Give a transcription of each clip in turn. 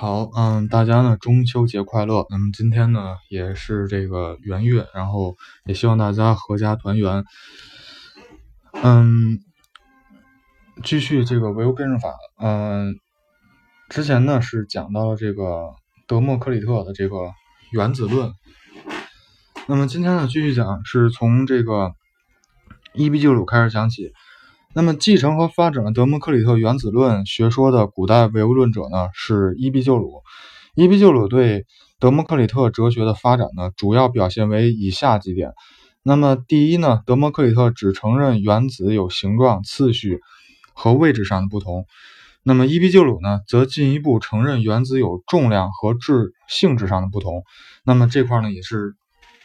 好，大家呢中秋节快乐。那么今天呢也是这个元月，然后也希望大家阖家团圆。继续这个唯物辩证法。之前呢是讲到了这个德谟克里特的这个原子论。那么今天呢继续讲，是从这个伊壁鸠鲁开始讲起。那么继承和发展了德谟克里特原子论学说的古代唯物论者呢是伊壁鸠鲁。伊壁鸠鲁对德谟克里特哲学的发展呢主要表现为以下几点。那么第一呢，德谟克里特只承认原子有形状、次序和位置上的不同。那么伊壁鸠鲁呢则进一步承认原子有重量和性质上的不同。那么这块呢也是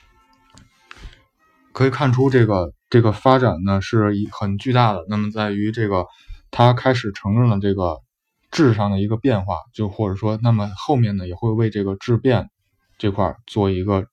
可以看出这个发展呢是很巨大的。那么在于这个他开始承认了这个质上的一个变化，就或者说那么后面呢也会为这个质变这块做一个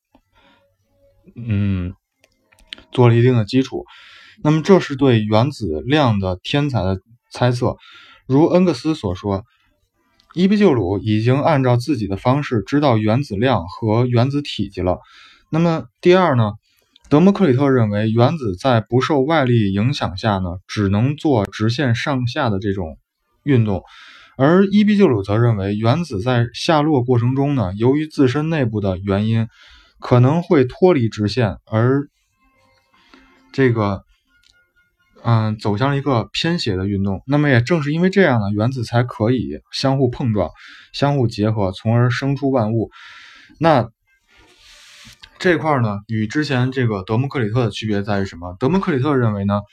做了一定的基础。那么这是对原子量的天才的猜测。如恩格斯所说，伊壁鸠鲁已经按照自己的方式知道原子量和原子体积了。那么第二呢，德谟克里特认为原子在不受外力影响下呢，只能做直线上下的这种运动，而伊壁鸠鲁则认为原子在下落过程中呢，由于自身内部的原因，可能会脱离直线，而这个走向一个偏斜的运动。那么也正是因为这样呢，原子才可以相互碰撞、相互结合，从而生出万物。那这块呢，与之前这个德谟克里特的区别在于什么？德谟克里特认为呢，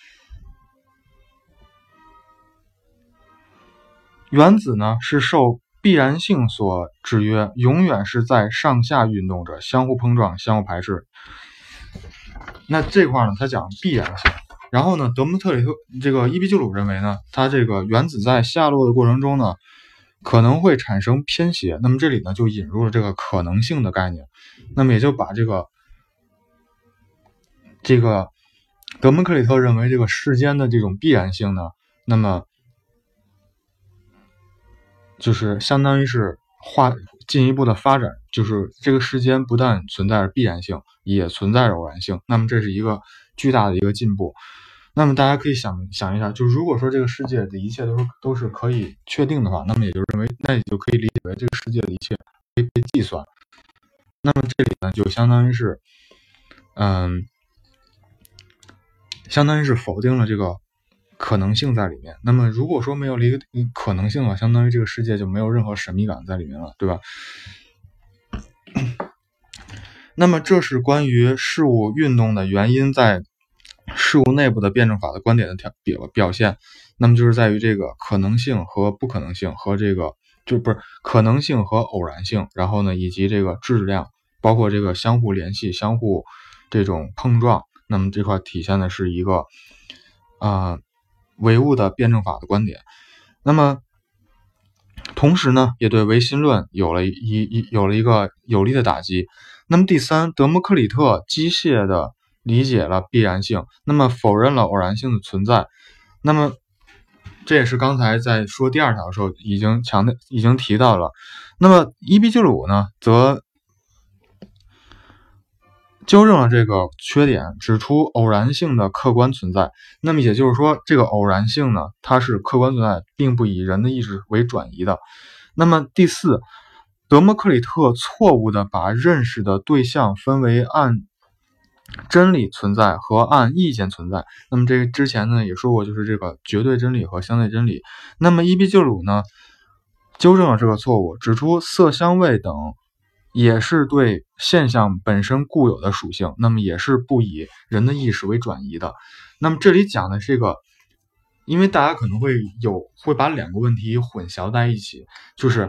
原子呢是受必然性所制约，永远是在上下运动着，相互碰撞、相互排斥。那这块呢，他讲必然性。然后呢，德谟克里特这个伊壁鸠鲁认为呢，它这个原子在下落的过程中呢，可能会产生偏斜。那么这里呢，就引入了这个可能性的概念。那么也就把这个德谟克里特认为这个世间的这种必然性呢，那么就是相当于是进一步的发展，就是这个世间不但存在着必然性，也存在着偶然性。那么这是一个巨大的一个进步。那么大家可以想一下，就如果说这个世界的一切都是可以确定的话，那么也就可以理解为这个世界的一切可以被计算。那么这里呢，就相当于是否定了这个可能性在里面。那么如果说没有了一个可能性的话，相当于这个世界就没有任何神秘感在里面了，对吧？那么这是关于事物运动的原因在事物内部的辩证法的观点的表现。那么就是在于这个可能性和不可能性和这个可能性和偶然性，然后呢以及这个质量，包括这个相互联系、相互这种碰撞。那么这块体现的是一个唯物的辩证法的观点。那么同时呢，也对唯心论有了一个有力的打击。那么第三，德谟克里特机械的理解了必然性，那么否认了偶然性的存在。那么这也是刚才在说第二条的时候已经提到了。那么伊壁鸠鲁呢，则纠正了这个缺点，指出偶然性的客观存在。那么也就是说，这个偶然性呢，它是客观存在，并不以人的意志为转移的。那么第四，德谟克里特错误地把认识的对象分为按真理存在和按意见存在。那么这个之前呢也说过，就是这个绝对真理和相对真理。那么伊壁鸠鲁呢纠正了这个错误，指出色香味等也是对现象本身固有的属性，那么也是不以人的意识为转移的。那么这里讲的这个，因为大家可能会把两个问题混淆在一起，就是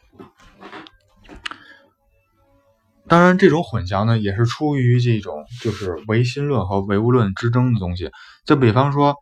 当然这种混淆呢也是出于这种就是唯心论和唯物论之争的东西。就比方说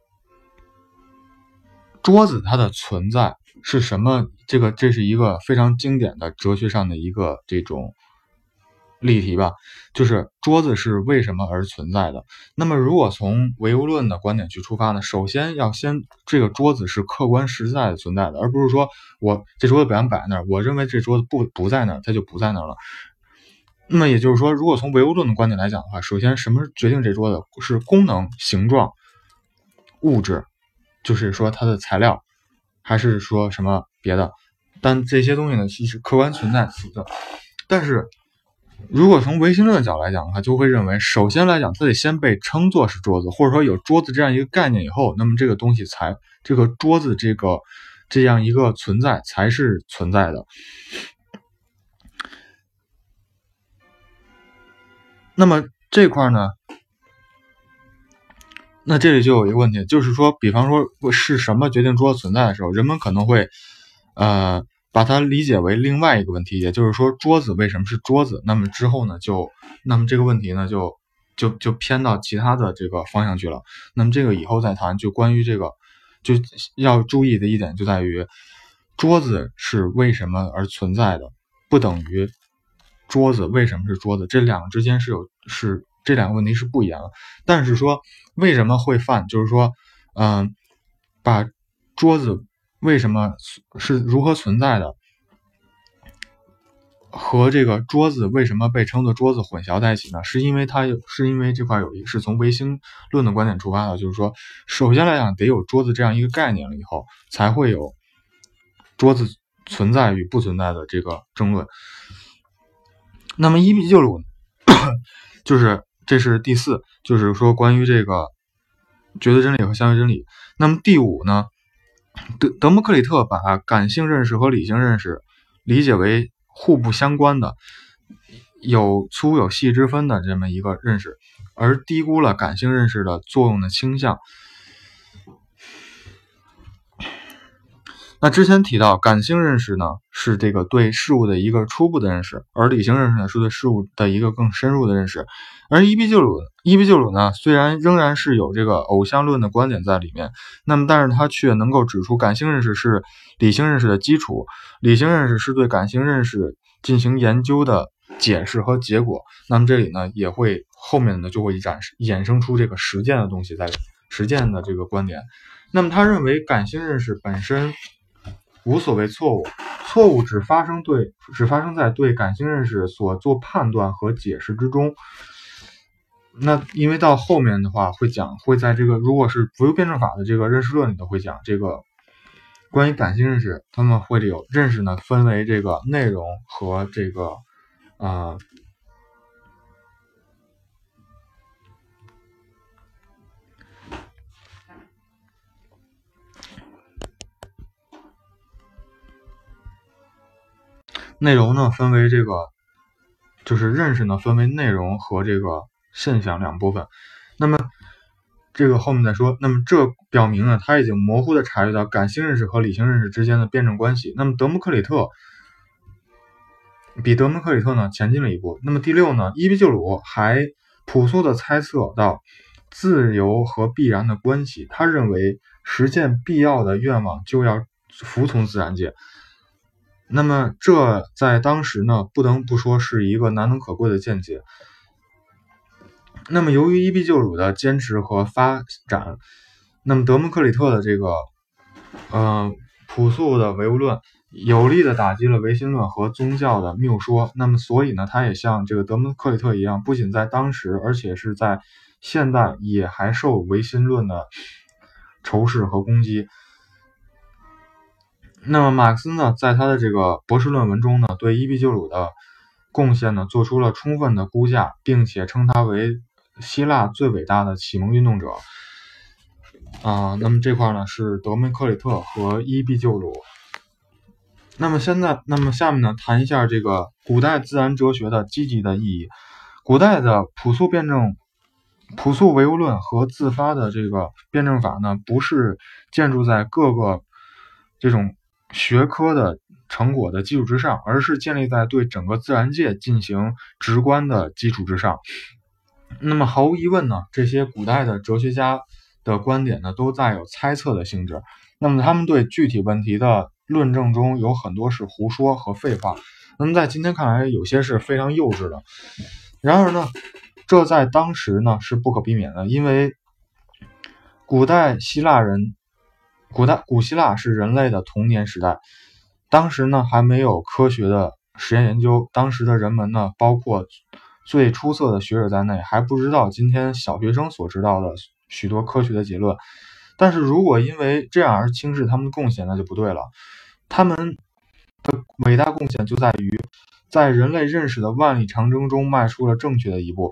桌子它的存在是什么，这是一个非常经典的哲学上的一个这种例题吧，就是桌子是为什么而存在的。那么如果从唯物论的观点去出发呢，首先这个桌子是客观实在的存在的，而不是说我这桌子摆在那儿，我认为这桌子不在那儿，它就不在那儿了。那么也就是说，如果从唯物论的观点来讲的话，首先什么决定这桌子是功能、形状、物质，就是说它的材料，还是说什么别的？但这些东西呢，其实客观存在的。但是如果从唯心论的角度来讲的话，就会认为，首先来讲，它得先被称作是桌子，或者说有桌子这样一个概念以后，那么这个东西这个桌子这样一个存在才是存在的。那么这块呢，那这里就有一个问题，就是说，比方说是什么决定桌子存在的时候，人们可能会把它理解为另外一个问题，也就是说桌子为什么是桌子？那么之后呢，那么这个问题呢就偏到其他的这个方向去了。那么这个以后再谈。就关于这个，就要注意的一点就在于，桌子是为什么而存在的，不等于桌子为什么是桌子，这两个之间这两个问题是不一样的。但是说为什么会犯，就是说，把桌子为什么是如何存在的，和这个桌子为什么被称作桌子混淆在一起呢？是因为这块是从唯心论的观点出发的，就是说，首先来讲得有桌子这样一个概念了以后，才会有桌子存在与不存在的这个争论。那么伊壁鸠鲁这是第4，就是说关于这个绝对真理和相对真理。那么第5呢，德谟克里特把感性认识和理性认识理解为互不相关的，有粗有细之分的这么一个认识，而低估了感性认识的作用的倾向。那之前提到，感性认识呢是这个对事物的一个初步的认识，而理性认识呢是对事物的一个更深入的认识。而伊壁鸠鲁呢，虽然仍然是有这个偶像论的观点在里面，那么但是他却能够指出，感性认识是理性认识的基础，理性认识是对感性认识进行研究的解释和结果。那么这里呢，后面呢就会衍生出这个实践的东西，在实践的这个观点。那么他认为感性认识本身无所谓错误，错误只发生在对感性认识所做判断和解释之中。那因为到后面的话会在这个如果是浮游辩证法的这个认识论里头会讲这个关于感性认识，他们会有认识呢分为这个内容和这个内容呢分为这个，就是认识呢分为内容和这个现象两部分。那么这个后面再说。那么这表明呢，他已经模糊的察觉到感性认识和理性认识之间的辩证关系。那么比德谟克里特呢前进了一步。那么第6呢，伊壁鸠鲁还朴素的猜测到自由和必然的关系。他认为实现必要的愿望就要服从自然界。那么这在当时呢，不得不说是一个难能可贵的见解。那么由于伊壁鸠鲁的坚持和发展，那么德谟克里特的这个朴素的唯物论有力的打击了唯心论和宗教的谬说。那么所以呢，他也像这个德谟克里特一样，不仅在当时，而且是在现代也还受唯心论的仇视和攻击。那么马克思呢，在他的这个博士论文中呢，对伊壁鸠鲁的贡献呢做出了充分的估价，并且称他为希腊最伟大的启蒙运动者。那么这块呢是德谟克里特和伊壁鸠鲁。那么下面呢谈一下这个古代自然哲学的积极的意义。古代的朴素唯物论和自发的这个辩证法呢，不是建筑在各个这种学科的成果的基础之上，而是建立在对整个自然界进行直观的基础之上。那么毫无疑问呢，这些古代的哲学家的观点呢，都带有猜测的性质。那么他们对具体问题的论证中有很多是胡说和废话，那么在今天看来有些是非常幼稚的。然而呢，这在当时呢是不可避免的，因为古希腊是人类的童年时代，当时呢还没有科学的实验研究，当时的人们呢，包括最出色的学者在内，还不知道今天小学生所知道的许多科学的结论。但是如果因为这样而轻视他们的贡献，那就不对了。他们的伟大贡献就在于在人类认识的万里长征中迈出了正确的一步。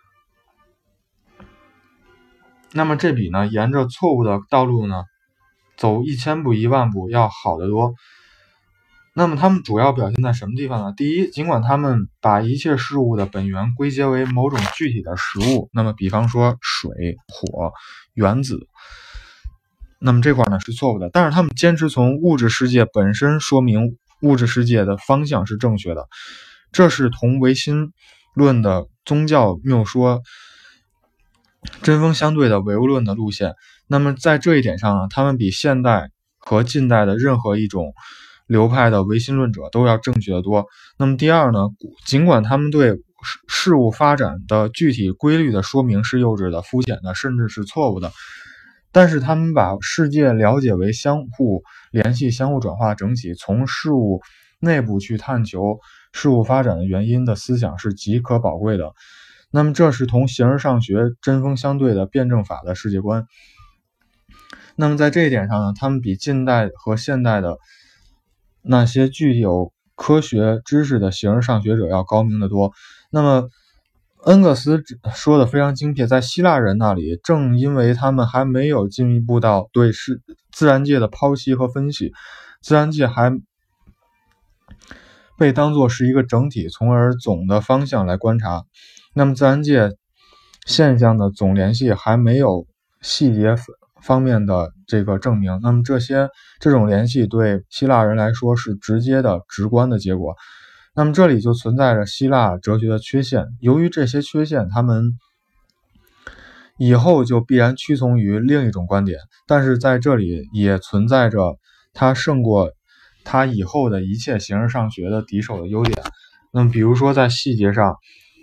那么这比呢沿着错误的道路呢走1000步10000步要好得多。那么他们主要表现在什么地方呢？第一，尽管他们把一切事物的本源归结为某种具体的实物，那么比方说水、火、原子，那么这块呢是错误的，但是他们坚持从物质世界本身说明物质世界的方向是正确的，这是同唯心论的宗教谬说针锋相对的唯物论的路线。那么在这一点上呢，他们比现代和近代的任何一种流派的唯心论者都要正确得多。那么第二呢，尽管他们对事物发展的具体规律的说明是幼稚的、肤浅的，甚至是错误的，但是他们把世界了解为相互联系、相互转化的整体，从事物内部去探求事物发展的原因的思想是极可宝贵的。那么这是同形而上学针锋相对的辩证法的世界观。那么在这一点上呢，他们比近代和现代的那些具有科学知识的形而上学者要高明得多。那么恩格斯说的非常精辟，在希腊人那里，正因为他们还没有进一步到对自然界的剖析和分析，自然界还被当作是一个整体，从而总的方向来观察。那么自然界现象的总联系还没有细节方面的这个证明，那么这种联系对希腊人来说是直接的直观的结果。那么这里就存在着希腊哲学的缺陷，由于这些缺陷，他们以后就必然屈从于另一种观点，但是在这里也存在着它胜过它以后的一切形而上学的敌手的优点。那么比如说在细节上，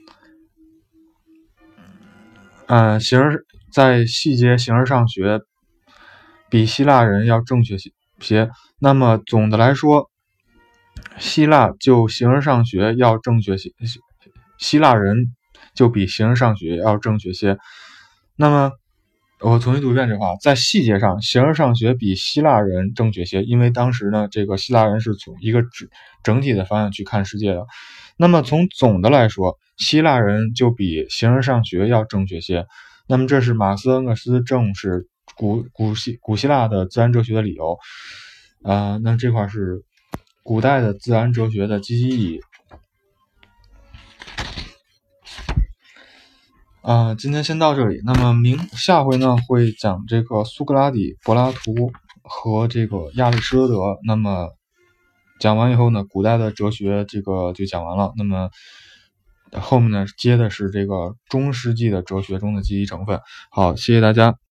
在细节形而上学比希腊人要正确些。那么总的来说，希腊就形而上学要正确些，希腊人就比形而上学要正确些。那么我重新读一遍这话，在细节上，形而上学比希腊人正确些，因为当时呢，这个希腊人是从一个整体的方向去看世界的。那么从总的来说，希腊人就比形而上学要正确些。那么这是马克思恩格斯正视古希腊的自然哲学的理由。那这块是古代的自然哲学的积极意义。今天先到这里。那么下回呢会讲这个苏格拉底、柏拉图和这个亚里士多德。那么讲完以后呢，古代的哲学这个就讲完了。那么后面呢接的是这个中世纪的哲学中的积极成分。好，谢谢大家。